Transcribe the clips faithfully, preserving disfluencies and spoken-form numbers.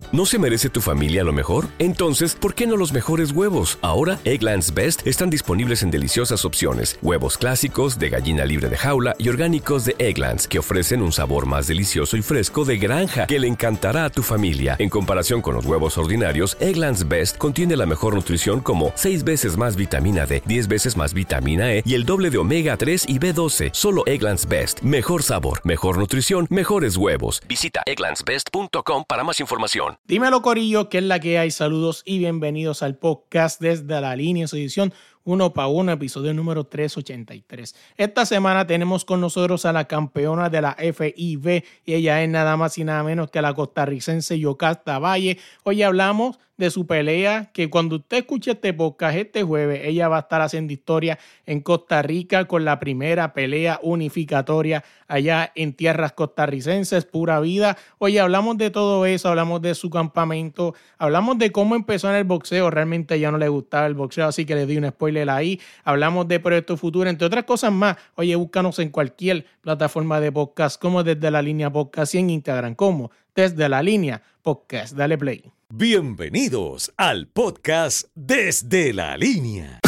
¿No se merece tu familia lo mejor? Entonces, ¿por qué no los mejores huevos? Ahora, Eggland's Best están disponibles en deliciosas opciones. Huevos clásicos, de gallina libre de jaula y orgánicos de Eggland's, que ofrecen un sabor más delicioso y fresco de granja que le encantará a tu familia. En comparación con los huevos ordinarios, Eggland's Best contiene la mejor nutrición como seis veces más vitamina D, diez veces más vitamina E y el doble de omega tres y B doce. Solo Eggland's Best. Mejor sabor, mejor nutrición, mejores huevos. Visita egglands best punto com para más información. Dímelo, corillo, ¿qué es la que hay? Saludos y bienvenidos al podcast Desde la Línea, en su edición uno para uno, episodio número trescientos ochenta y tres. Esta semana tenemos con nosotros a la campeona de la F I B y ella es nada más y nada menos que la costarricense Yokasta Valle. Hoy hablamos de su pelea, que cuando usted escuche este podcast este jueves, ella va a estar haciendo historia en Costa Rica con la primera pelea unificatoria allá en tierras costarricenses, pura vida. Hoy hablamos de todo eso, hablamos de su campamento, hablamos de cómo empezó en el boxeo. Realmente ya no le gustaba el boxeo, así que le di un spoiler ahí. Hablamos de proyectos futuros, entre otras cosas más. Oye, búscanos en cualquier plataforma de podcast, como Desde la Línea Podcast, y en Instagram como Desde la Línea Podcast. Dale play. Bienvenidos al podcast Desde la Línea.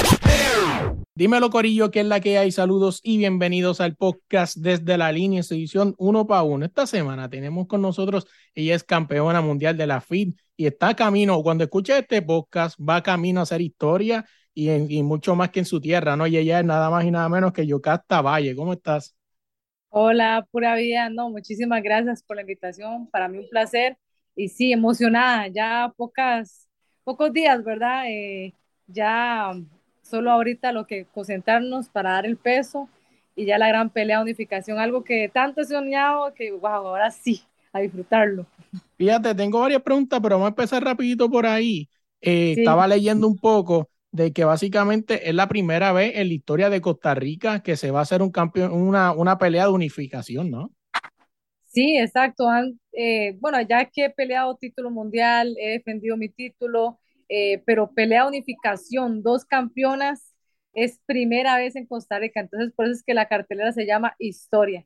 Dímelo, corillo, ¿qué es la que hay? Saludos y bienvenidos al podcast Desde la Línea, en su edición uno para uno. Esta semana tenemos con nosotros, ella es campeona mundial de la F I B y está camino, cuando escuche este podcast, va camino a hacer historia y, en, y mucho más que en su tierra, ¿no? Y ella es nada más y nada menos que Yokasta Valle. ¿Cómo estás? Hola, pura vida. No, muchísimas gracias por la invitación. Para mí un placer y sí, emocionada. Ya pocas, pocos días, ¿verdad? Eh, ya solo ahorita lo que concentrarnos para dar el peso y ya la gran pelea de unificación, algo que tanto he soñado que, wow, ahora sí, a disfrutarlo. Fíjate, tengo varias preguntas, pero vamos a empezar rapidito por ahí. Eh, Sí, estaba leyendo un poco de que básicamente es la primera vez en la historia de Costa Rica que se va a hacer un campeón, una, una pelea de unificación, ¿no? sí, exacto. Han- eh, bueno, ya que he peleado título mundial, he defendido mi título, eh, pero pelea unificación, dos campeonas, es primera vez en Costa Rica. Entonces, por eso es que la cartelera se llama Historia.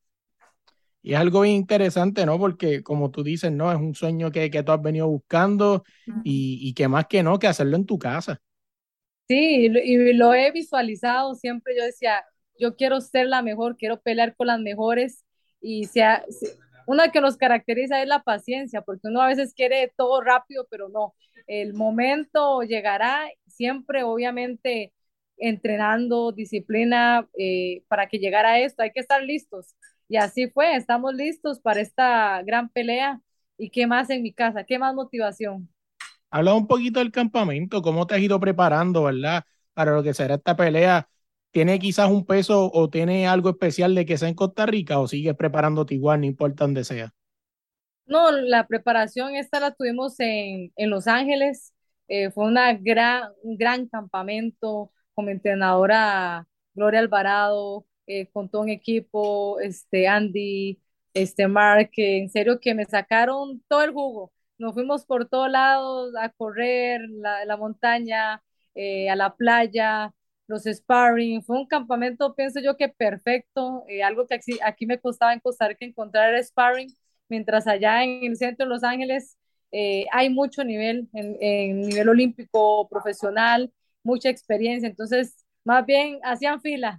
Y es algo bien interesante, ¿no? Porque como tú dices, ¿no? Es un sueño que, que tú has venido buscando y, y que más que no, que hacerlo en tu casa. Sí, y lo, y lo he visualizado siempre. Yo decía, yo quiero ser la mejor, quiero pelear con las mejores. Y sea, se- una que nos caracteriza es la paciencia, porque uno a veces quiere todo rápido, pero no. El momento llegará, siempre, obviamente, entrenando, disciplina, eh, para que llegara a esto. Hay que estar listos. Y así fue, estamos listos para esta gran pelea. ¿Y qué más en mi casa? ¿Qué más motivación? Habla un poquito del campamento, cómo te has ido preparando, ¿verdad? Para lo que será esta pelea. ¿Tiene quizás un peso o tiene algo especial de que sea en Costa Rica o sigues preparándote igual, no importa dónde sea? No, la preparación esta la tuvimos en, en Los Ángeles. Eh, fue una gran, un gran campamento con mi entrenadora Gloria Alvarado, eh, con todo un equipo, este, Andy, este, Mark, que en serio que me sacaron todo el jugo. Nos fuimos por todos lados a correr, la, la montaña, eh, a la playa, los sparring. Fue un campamento, pienso yo que perfecto. Eh, algo que aquí, aquí me costaba en Costa Rica encontrar era sparring, mientras allá en el centro de Los Ángeles eh, hay mucho nivel, en, en, nivel olímpico, profesional, mucha experiencia, entonces más bien hacían fila.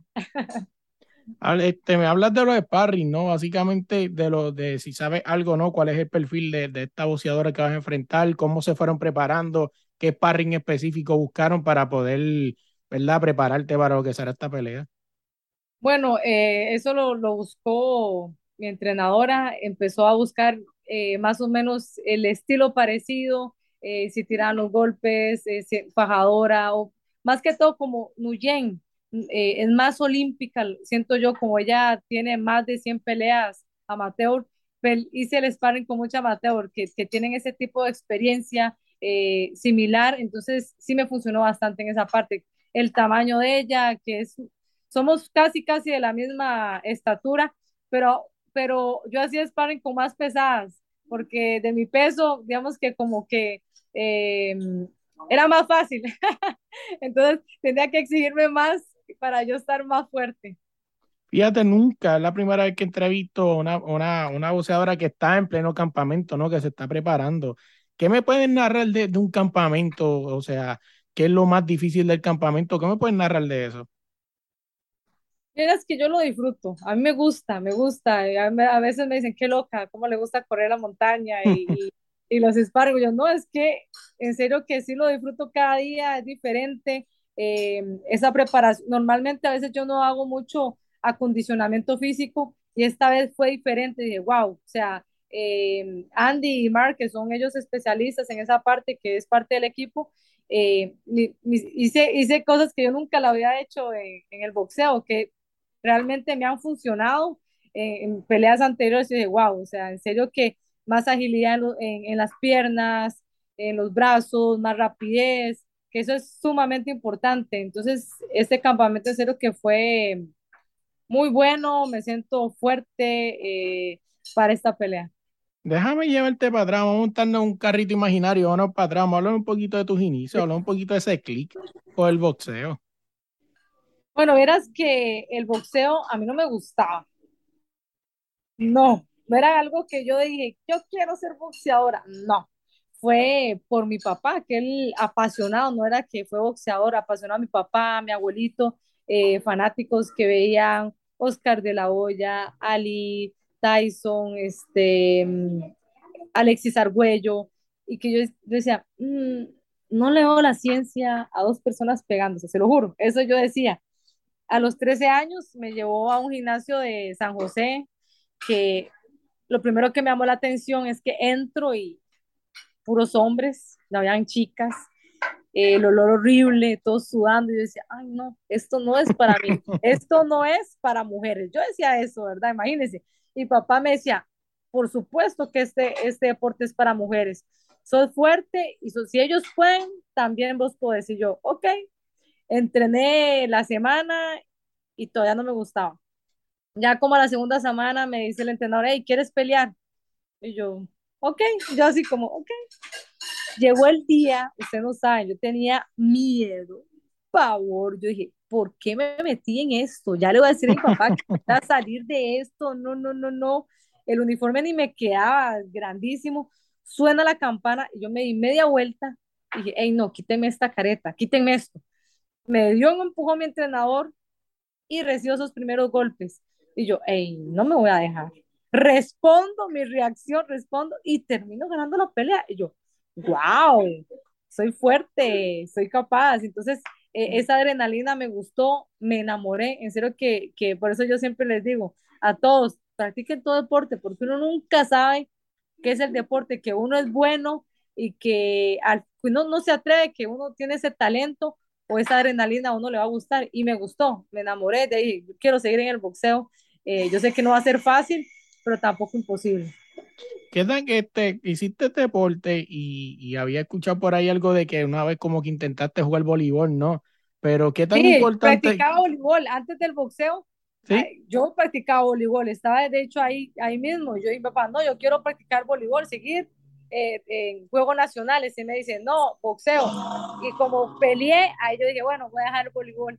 Hable- Este, me hablas de los sparring, ¿no? Básicamente de lo de si sabes algo, ¿no? ¿Cuál es el perfil de, de esta boxeadora que vas a enfrentar? ¿Cómo se fueron preparando? ¿Qué sparring específico buscaron para poder, ¿verdad? Prepararte para lo que será esta pelea. Bueno, eh, eso lo, lo buscó mi entrenadora, empezó a buscar eh, más o menos el estilo parecido, eh, si tiraban los golpes, eh, si- fajadora, o más que todo como Nuyen, eh, es más olímpica, siento yo, como ella tiene más de cien peleas amateur, pel- hice el sparring con mucha amateur que, que tienen ese tipo de experiencia eh, similar, entonces sí me funcionó bastante en esa parte. El tamaño de ella, que es somos casi, casi de la misma estatura, pero, pero yo hacía sparring con más pesadas, porque de mi peso, digamos que como que eh, era más fácil. Entonces tenía que exigirme más para yo estar más fuerte. Fíjate, nunca es la primera vez que entrevisto a una, una, una boxeadora que está en pleno campamento, ¿no? Que se está preparando. ¿Qué me pueden narrar de, de un campamento? O sea, ¿qué es lo más difícil del campamento? ¿Qué me pueden narrar de eso? Mira, es que yo lo disfruto, a mí me gusta, me gusta, y a, me- a veces me dicen, qué loca, cómo le gusta correr la montaña y, y, y los espargos. Yo, no, es que en serio que sí lo disfruto cada día, es diferente. eh, esa preparación, normalmente a veces yo no hago mucho acondicionamiento físico y esta vez fue diferente. Dije, wow, o sea, eh, Andy y Mark, que son ellos especialistas en esa parte, que es parte del equipo, eh, mi- mis- hice, hice cosas que yo nunca la había hecho en, en el boxeo, que realmente me han funcionado eh, en peleas anteriores. Y dije, wow, o sea, en serio que más agilidad en, lo- en, en las piernas, en los brazos, más rapidez, que eso es sumamente importante. Entonces, este campamento en serio que fue muy bueno, me siento fuerte eh, para esta pelea. Déjame llevarte para atrás, vamos a montarnos en un carrito imaginario, vámonos para atrás, vamos a hablar un poquito de tus inicios, hablar un poquito de ese click con el boxeo. Bueno, verás que el boxeo a mí no me gustaba. No, no era algo que yo dije, yo quiero ser boxeadora. No, fue por mi papá, que él apasionado, no era que fue boxeador, apasionado a mi papá, a mi abuelito, eh, fanáticos que veían Oscar de la Hoya, Ali, Tyson, este, mm, Alexis Argüello, y que yo, yo decía, "Mm, no le veo la ciencia a dos personas pegándose, se lo juro, eso yo decía. A los trece años me llevó a un gimnasio de San José, que lo primero que me llamó la atención es que entro y puros hombres, no habían chicas, eh, el olor horrible, todos sudando, y yo decía, ay no, esto no es para mí, esto no es para mujeres. Yo decía eso, ¿verdad? Imagínense. Y papá me decía, por supuesto que este, este deporte es para mujeres, sos fuerte y so, si ellos pueden, también vos podés. Y yo, ok, entrené la semana y todavía no me gustaba. Ya como a la segunda semana me dice el entrenador, hey, ¿quieres pelear? Y yo, ok, yo así como, ok. Llegó el día, usted no sabe, yo tenía miedo, pavor. Yo dije, ¿por qué me metí en esto? Ya le voy a decir a mi papá que voy a salir de esto. No, no, no, no. El uniforme ni me quedaba grandísimo. Suena la campana y yo me di media vuelta y dije, hey, no, quítenme esta careta, quítenme esto. Me dio un empujón mi entrenador y recibo esos primeros golpes. Y yo, hey, no me voy a dejar. Respondo, mi reacción, respondo y termino ganando la pelea. Y yo, wow, soy fuerte, soy capaz. Entonces, eh, esa adrenalina me gustó, me enamoré. En serio que, que por eso yo siempre les digo a todos, practiquen todo deporte, porque uno nunca sabe qué es el deporte, que uno es bueno y que al, uno no se atreve, que uno tiene ese talento o esa adrenalina a uno le va a gustar. Y me gustó, me enamoré de ahí, quiero seguir en el boxeo. Eh, yo sé que no va a ser fácil, pero tampoco imposible. ¿Qué tal que este, hiciste este deporte y, y había escuchado por ahí algo de que una vez como que intentaste jugar voleibol, ¿no? Pero qué tan Sí, importante, practicaba voleibol antes del boxeo. ¿sí? Yo practicaba voleibol, estaba de hecho ahí, ahí mismo. Yo y mi papá, no, yo quiero practicar voleibol, seguir eh, en Juegos Nacionales. Y me dice, no, boxeo. Y como peleé, ahí yo dije, bueno, voy a dejar el voleibol.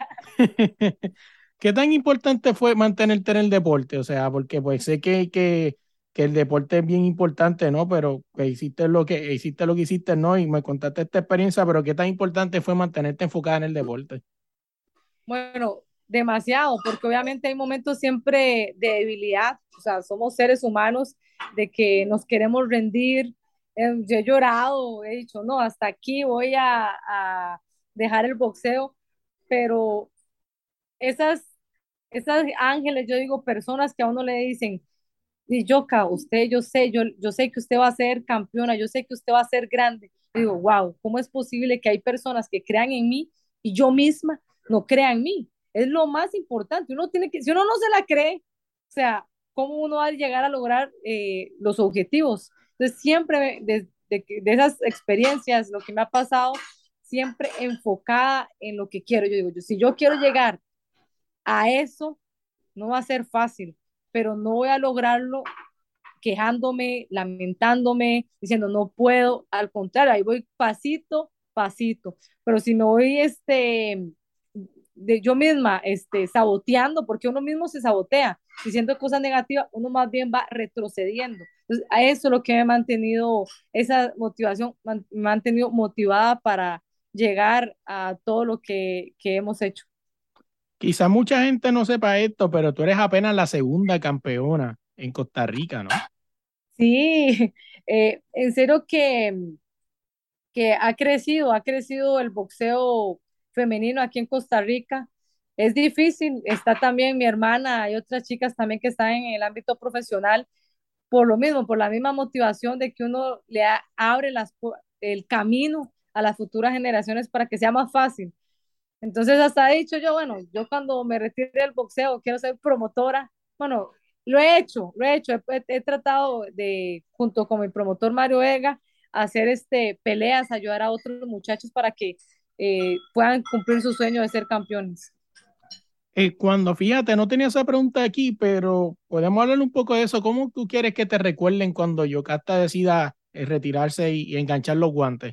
¿Qué tan importante fue mantenerte en el deporte? O sea, porque pues sé que, que, que el deporte es bien importante, ¿no? Pero que hiciste lo que hiciste lo que hiciste, ¿no? Y me contaste esta experiencia, pero ¿qué tan importante fue mantenerte enfocada en el deporte? Bueno, demasiado, porque obviamente hay momentos siempre de debilidad, o sea, somos seres humanos de que nos queremos rendir. Eh, yo he llorado, he dicho, no, hasta aquí voy a, a dejar el boxeo, pero esas, esas ángeles, yo digo, personas que a uno le dicen, y Yoka, usted, yo sé, yo, yo sé que usted va a ser campeona, yo sé que usted va a ser grande. Yo digo, wow, ¿cómo es posible que hay personas que crean en mí y yo misma no crea en mí? Es lo más importante. Uno tiene que, si uno no se la cree, o sea, ¿cómo uno va a llegar a lograr eh, los objetivos? Entonces, siempre de, de, de esas experiencias, lo que me ha pasado, siempre enfocada en lo que quiero. Yo digo, yo, si yo quiero llegar a eso, no va a ser fácil, pero no voy a lograrlo quejándome, lamentándome, diciendo no puedo, al contrario, ahí voy pasito, pasito, pero si me voy este, de yo misma este, saboteando, porque uno mismo se sabotea, diciendo cosas negativas, uno más bien va retrocediendo. Entonces, a eso es lo que me ha mantenido, esa motivación, man- me ha mantenido motivada para llegar a todo lo que, que hemos hecho. Quizá mucha gente no sepa esto, pero tú eres apenas la segunda campeona en Costa Rica, ¿no? Sí, eh, en serio que, que ha crecido, ha crecido el boxeo femenino aquí en Costa Rica. Es difícil, está también mi hermana y otras chicas también que están en el ámbito profesional, por lo mismo, por la misma motivación de que uno le a- abre las, pu- el camino a las futuras generaciones para que sea más fácil. Entonces, hasta he dicho yo, bueno, yo cuando me retire del boxeo quiero ser promotora. Bueno, lo he hecho, lo he hecho. He, he- he tratado de, junto con mi promotor Mario Vega, hacer este, peleas, ayudar a otros muchachos para que eh, puedan cumplir su sueño de ser campeones. Eh, cuando, fíjate, no tenía esa pregunta aquí, pero podemos hablar un poco de eso. ¿Cómo tú quieres que te recuerden cuando Yocasta decida eh, retirarse y, y enganchar los guantes?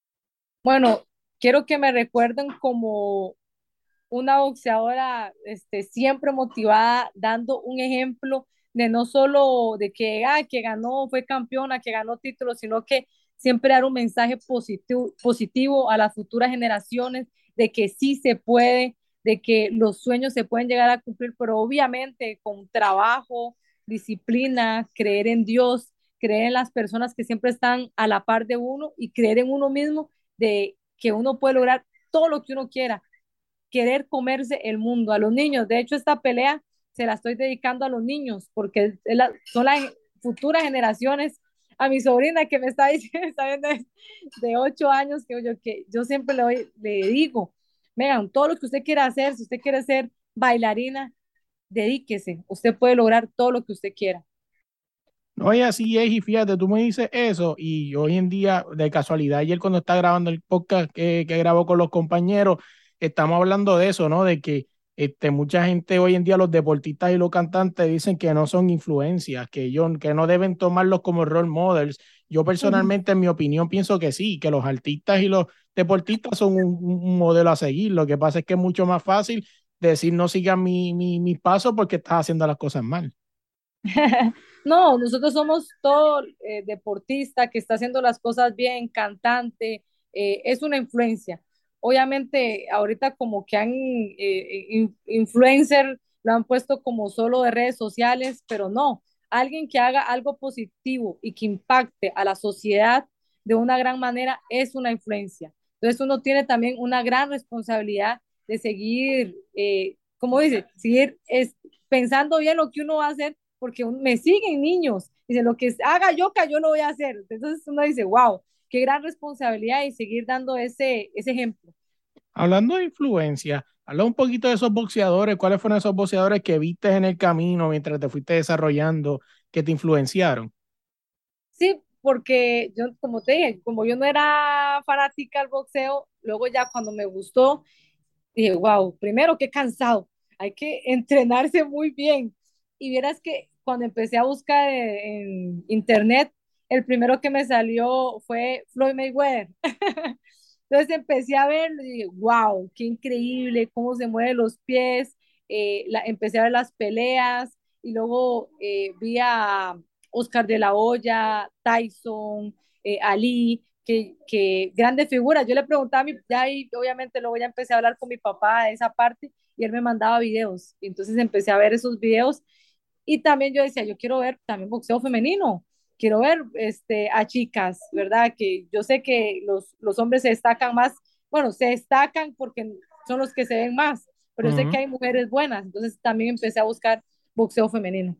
Bueno, quiero que me recuerden como una boxeadora este, siempre motivada, dando un ejemplo de no solo de que, ah, que ganó, fue campeona, que ganó títulos, sino que siempre dar un mensaje positivo, positivo a las futuras generaciones de que sí se puede, de que los sueños se pueden llegar a cumplir, pero obviamente con trabajo, disciplina, creer en Dios, creer en las personas que siempre están a la par de uno y creer en uno mismo de que uno puede lograr todo lo que uno quiera, querer comerse el mundo a los niños. De hecho, esta pelea se la estoy dedicando a los niños porque es la, son las futuras generaciones. A mi sobrina que me está diciendo, está viendo de ocho años, que yo, que yo siempre le, doy, le digo, Megan, todo lo que usted quiera hacer, si usted quiere ser bailarina, dedíquese, usted puede lograr todo lo que usted quiera. No, y así es, y fíjate, tú me dices eso, y hoy en día, de casualidad, ayer cuando está grabando el podcast que, que grabó con los compañeros, estamos hablando de eso, ¿no? De que este, mucha gente hoy en día, los deportistas y los cantantes, dicen que no son influencias, que, ellos, que no deben tomarlos como role models. Yo Uh -huh. personalmente, en mi opinión, pienso que sí, que los artistas y los deportistas son un, un modelo a seguir. Lo que pasa es que es mucho más fácil decir no sigan mi, mi, mis pasos porque estás haciendo las cosas mal. No, nosotros somos todo eh, deportista que está haciendo las cosas bien, cantante, eh, es una influencia. Obviamente, ahorita como que han eh, in- influencer lo han puesto como solo de redes sociales, pero no, alguien que haga algo positivo y que impacte a la sociedad de una gran manera es una influencia. Entonces uno tiene también una gran responsabilidad de seguir, eh, como dice, seguir es, pensando bien lo que uno va a hacer porque me siguen niños. Dice, lo que haga Yoka, yo lo voy a hacer. Entonces uno dice, wow, qué gran responsabilidad y seguir dando ese, ese ejemplo. Hablando de influencia, habla un poquito de esos boxeadores. ¿Cuáles fueron esos boxeadores que viste en el camino mientras te fuiste desarrollando que te influenciaron? Sí, porque yo, como te dije, como yo no era fanática del boxeo, luego ya cuando me gustó, dije, wow, primero qué cansado, hay que entrenarse muy bien. Y vieras que cuando empecé a buscar en internet, el primero que me salió fue Floyd Mayweather. Entonces empecé a verlo y dije, wow, qué increíble, cómo se mueven los pies. Eh, la, empecé a ver las peleas y luego eh, vi a Oscar de la Hoya, Tyson, eh, Ali, que, que grandes figuras. Yo le preguntaba a mi, ya ahí obviamente luego ya empecé a hablar con mi papá de esa parte y él me mandaba videos. Y entonces empecé a ver esos videos y también yo decía, yo quiero ver también boxeo femenino, quiero ver este, a chicas, ¿verdad? Que yo sé que los, los hombres se destacan más, bueno, se destacan porque son los que se ven más, pero yo sé que Ujú. hay mujeres buenas, entonces también empecé a buscar boxeo femenino.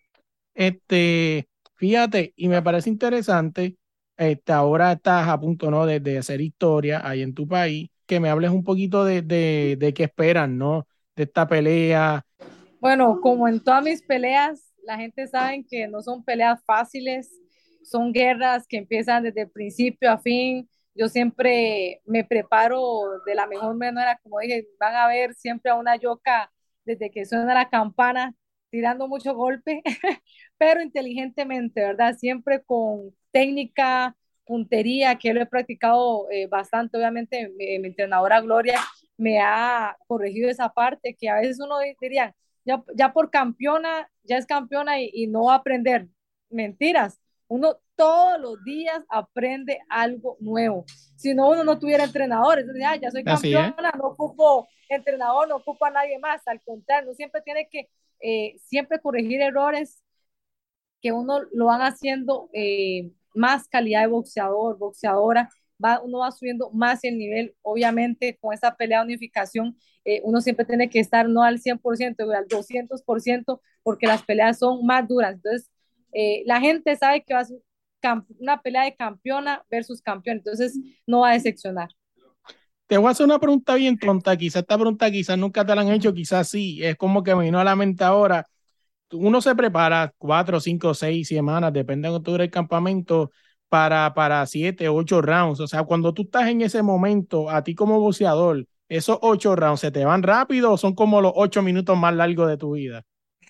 Este, fíjate, y me parece interesante, este, ahora estás a punto, ¿no? De, de hacer historia ahí en tu país, que me hables un poquito de, de, de qué esperan, ¿no? De esta pelea. Bueno, como en todas mis peleas, la gente sabe que no son peleas fáciles, son guerras que empiezan desde el principio a fin. Yo siempre me preparo de la mejor manera, como dije, van a ver siempre a una yoka desde que suena la campana, tirando mucho golpe, pero inteligentemente, ¿verdad? Siempre con técnica, puntería, que lo he practicado eh, bastante. Obviamente, mi, mi entrenadora Gloria me ha corregido esa parte que a veces uno diría, ya, ya por campeona, ya es campeona y, y no va a aprender. mentiras. Uno todos los días aprende algo nuevo. Si no, uno no tuviera entrenadores. Entonces, ah, ya soy Así es. campeona, no ocupo entrenador, no ocupo a nadie más. Al contrario, uno siempre tiene que eh, siempre corregir errores que uno lo van haciendo eh, más calidad de boxeador, boxeadora, va, uno va subiendo más el nivel, obviamente con esa pelea de unificación, eh, uno siempre tiene que estar no al cien por ciento, al doscientos por ciento, porque las peleas son más duras, entonces eh, la gente sabe que va a ser una pelea de campeona versus campeón, entonces no va a decepcionar. Te voy a hacer una pregunta bien tonta, quizás esta pregunta quizás nunca te la han hecho, quizás sí, es como que me vino a la mente ahora. Uno se prepara cuatro, cinco, seis semanas, depende de cuánto dure el campamento, para, para siete, ocho rounds. O sea, cuando tú estás en ese momento, a ti como boxeador, esos ocho rounds, ¿se te van rápido o son como los ocho minutos más largos de tu vida?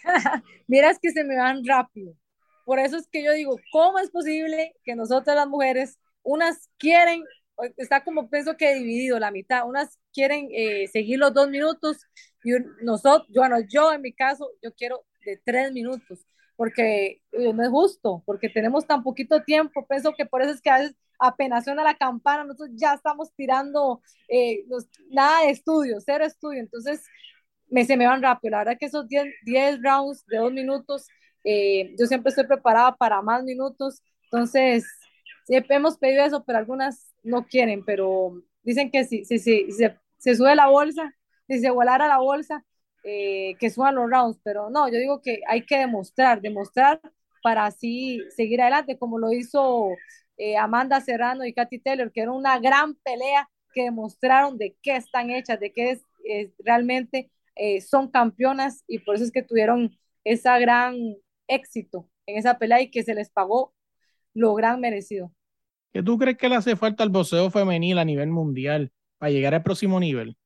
Miras que se me van rápido. Por eso es que yo digo, ¿cómo es posible que nosotras las mujeres, unas quieren, está como pienso que dividido la mitad, unas quieren eh, seguir los dos minutos y nosotros, yo, bueno, yo en mi caso, yo quiero de tres minutos, porque eh, no es justo, porque tenemos tan poquito tiempo, pienso que por eso es que a veces apenas suena la campana, nosotros ya estamos tirando eh, los, nada de estudio, cero estudio, entonces me, se me van rápido. La verdad que esos diez rounds de dos minutos, eh, yo siempre estoy preparada para más minutos. Entonces, siempre hemos pedido eso, pero algunas no quieren, pero dicen que si, si, si, si se, se sube la bolsa, si se volara la bolsa, eh, que suban los rounds. Pero no, yo digo que hay que demostrar, demostrar para así seguir adelante, como lo hizo eh, Amanda Serrano y Katy Taylor, que era una gran pelea que demostraron de qué están hechas, de qué es, es realmente eh, son campeonas y por eso es que tuvieron esa gran éxito en esa pelea y que se les pagó lo gran merecido. ¿Qué tú crees que le hace falta al boxeo femenil a nivel mundial para llegar al próximo nivel?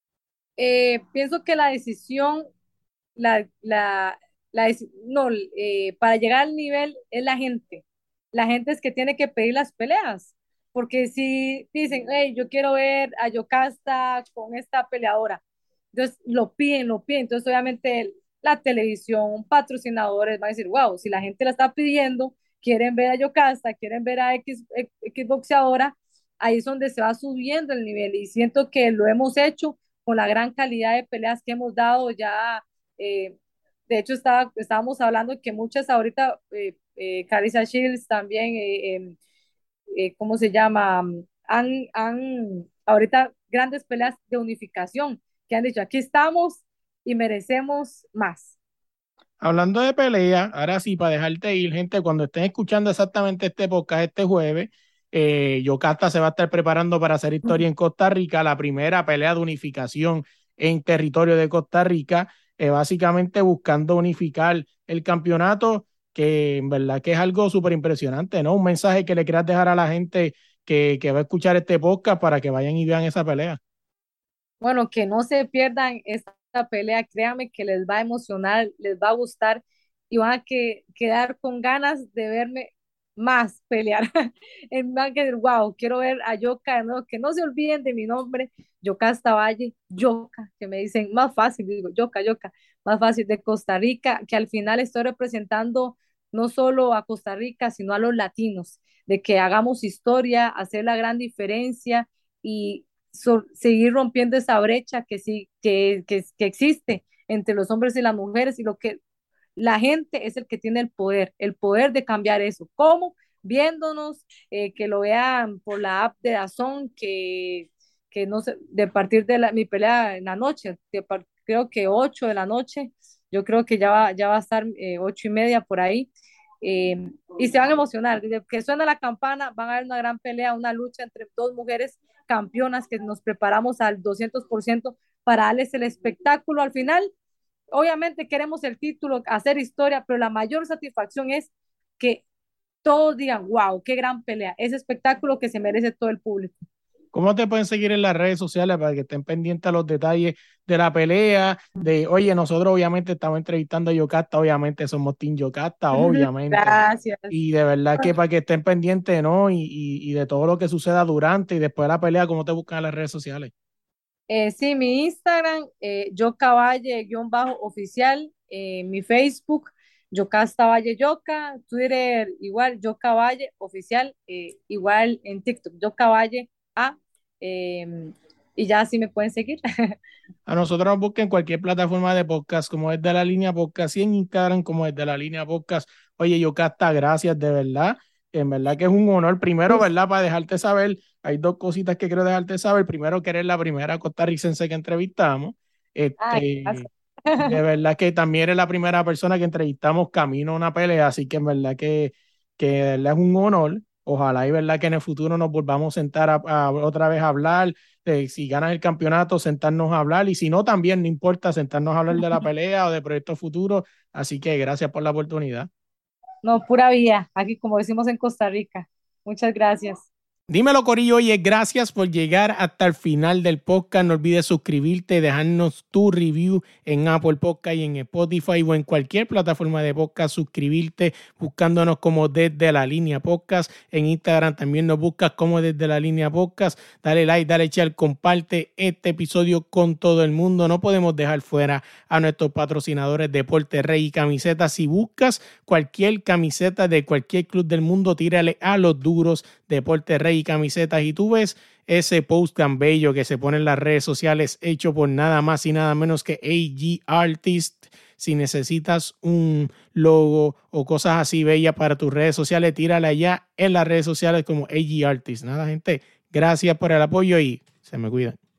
Eh, pienso que la decisión, la, la, la no, eh, para llegar al nivel es la gente. La gente es que tiene que pedir las peleas. Porque si dicen, hey, yo quiero ver a Yocasta con esta peleadora, entonces lo piden, lo piden. Entonces, obviamente, la televisión, patrocinadores van a decir, wow, si la gente la está pidiendo, quieren ver a Yocasta, quieren ver a X, X boxeadora, ahí es donde se va subiendo el nivel. Y siento que lo hemos hecho con la gran calidad de peleas que hemos dado ya. Eh, de hecho, estaba, estábamos hablando que muchas ahorita, eh, eh, Carissa Shields también, eh, eh, eh, ¿cómo se llama? Han, han ahorita grandes peleas de unificación que han dicho, aquí estamos y merecemos más. Hablando de pelea, ahora sí, para dejarte ir, gente, cuando estén escuchando exactamente este podcast este jueves, eh, Yocasta se va a estar preparando para hacer historia en Costa Rica, la primera pelea de unificación en territorio de Costa Rica, eh, básicamente buscando unificar el campeonato, que en verdad que es algo súper impresionante, ¿no? Un mensaje que le quieras dejar a la gente que, que va a escuchar este podcast para que vayan y vean esa pelea. Bueno, que no se pierdan esta pelea, créanme que les va a emocionar, les va a gustar y van a que, quedar con ganas de verme más pelear. Van a decir, wow, quiero ver a Yoka, ¿no? Que no se olviden de mi nombre, Yocasta Valle, Yoka, que me dicen más fácil, digo, Yoka, Yoka, más fácil de Costa Rica, que al final estoy representando no solo a Costa Rica, sino a los latinos, de que hagamos historia, hacer la gran diferencia y so, seguir rompiendo esa brecha que sí, que, que, que existe entre los hombres y las mujeres y lo que la gente es el que tiene el poder, el poder de cambiar eso. ¿Cómo? Viéndonos, eh, que lo vean por la app de Dazón, que, que no sé, de partir de la, mi pelea en la noche, de par, creo que ocho de la noche, yo creo que ya va, ya va a estar eh, ocho y media por ahí. Eh, y se van a emocionar, desde que suena la campana van a haber una gran pelea, una lucha entre dos mujeres campeonas que nos preparamos al doscientos por ciento para darles el espectáculo al final. Obviamente queremos el título, hacer historia, pero la mayor satisfacción es que todos digan, wow, qué gran pelea, ese espectáculo que se merece todo el público. ¿Cómo te pueden seguir en las redes sociales para que estén pendientes a los detalles de la pelea? De, oye, nosotros obviamente estamos entrevistando a Yocasta, obviamente somos Team Yocasta, obviamente. Gracias. Y de verdad que para que estén pendientes, ¿no? Y, y, y de todo lo que suceda durante y después de la pelea, ¿cómo te buscan en las redes sociales? Eh, sí, mi Instagram, eh, yo caballe guión bajo oficial, eh, mi Facebook, Yocasta Valle Yoca, Twitter igual, Yoca Valle oficial, eh, igual en TikTok, Yoca Valle A, eh, y ya así me pueden seguir. A nosotros nos busquen en cualquier plataforma de podcast, como es de la línea podcast, y en Instagram como es de la línea podcast. Oye, Yocasta, gracias, de verdad. En verdad que es un honor. Primero, ¿verdad? Para dejarte saber, hay dos cositas que quiero dejarte saber. Primero, que eres la primera costarricense que entrevistamos. Ay, Este, gracias. de verdad que también eres la primera persona que entrevistamos camino a una pelea, así que en verdad que, que de verdad es un honor. Ojalá y verdad que en el futuro nos volvamos a sentar a, a otra vez a hablar, eh, si ganas el campeonato, sentarnos a hablar, y si no, también no importa, sentarnos a hablar de la pelea o de proyectos futuros. Así que gracias por la oportunidad. No, pura vida, aquí como decimos en Costa Rica. Muchas gracias. Dímelo, Corillo. Oye, gracias por llegar hasta el final del podcast. No olvides suscribirte y dejarnos tu review en Apple Podcast y en Spotify o en cualquier plataforma de podcast. Suscribirte buscándonos como Desde la Línea Podcast. En Instagram también nos buscas como Desde la Línea Podcast. Dale like, dale share, comparte este episodio con todo el mundo. No podemos dejar fuera a nuestros patrocinadores Deporte Rey y Camisetas. Si buscas cualquier camiseta de cualquier club del mundo, tírale a los duros Deporte Rey y Camisetas, y tú ves ese post tan bello que se pone en las redes sociales hecho por nada más y nada menos que A G Artist. Si necesitas un logo o cosas así bellas para tus redes sociales, tírala allá en las redes sociales como A G Artist. Nada, gente, gracias por el apoyo y se me cuidan.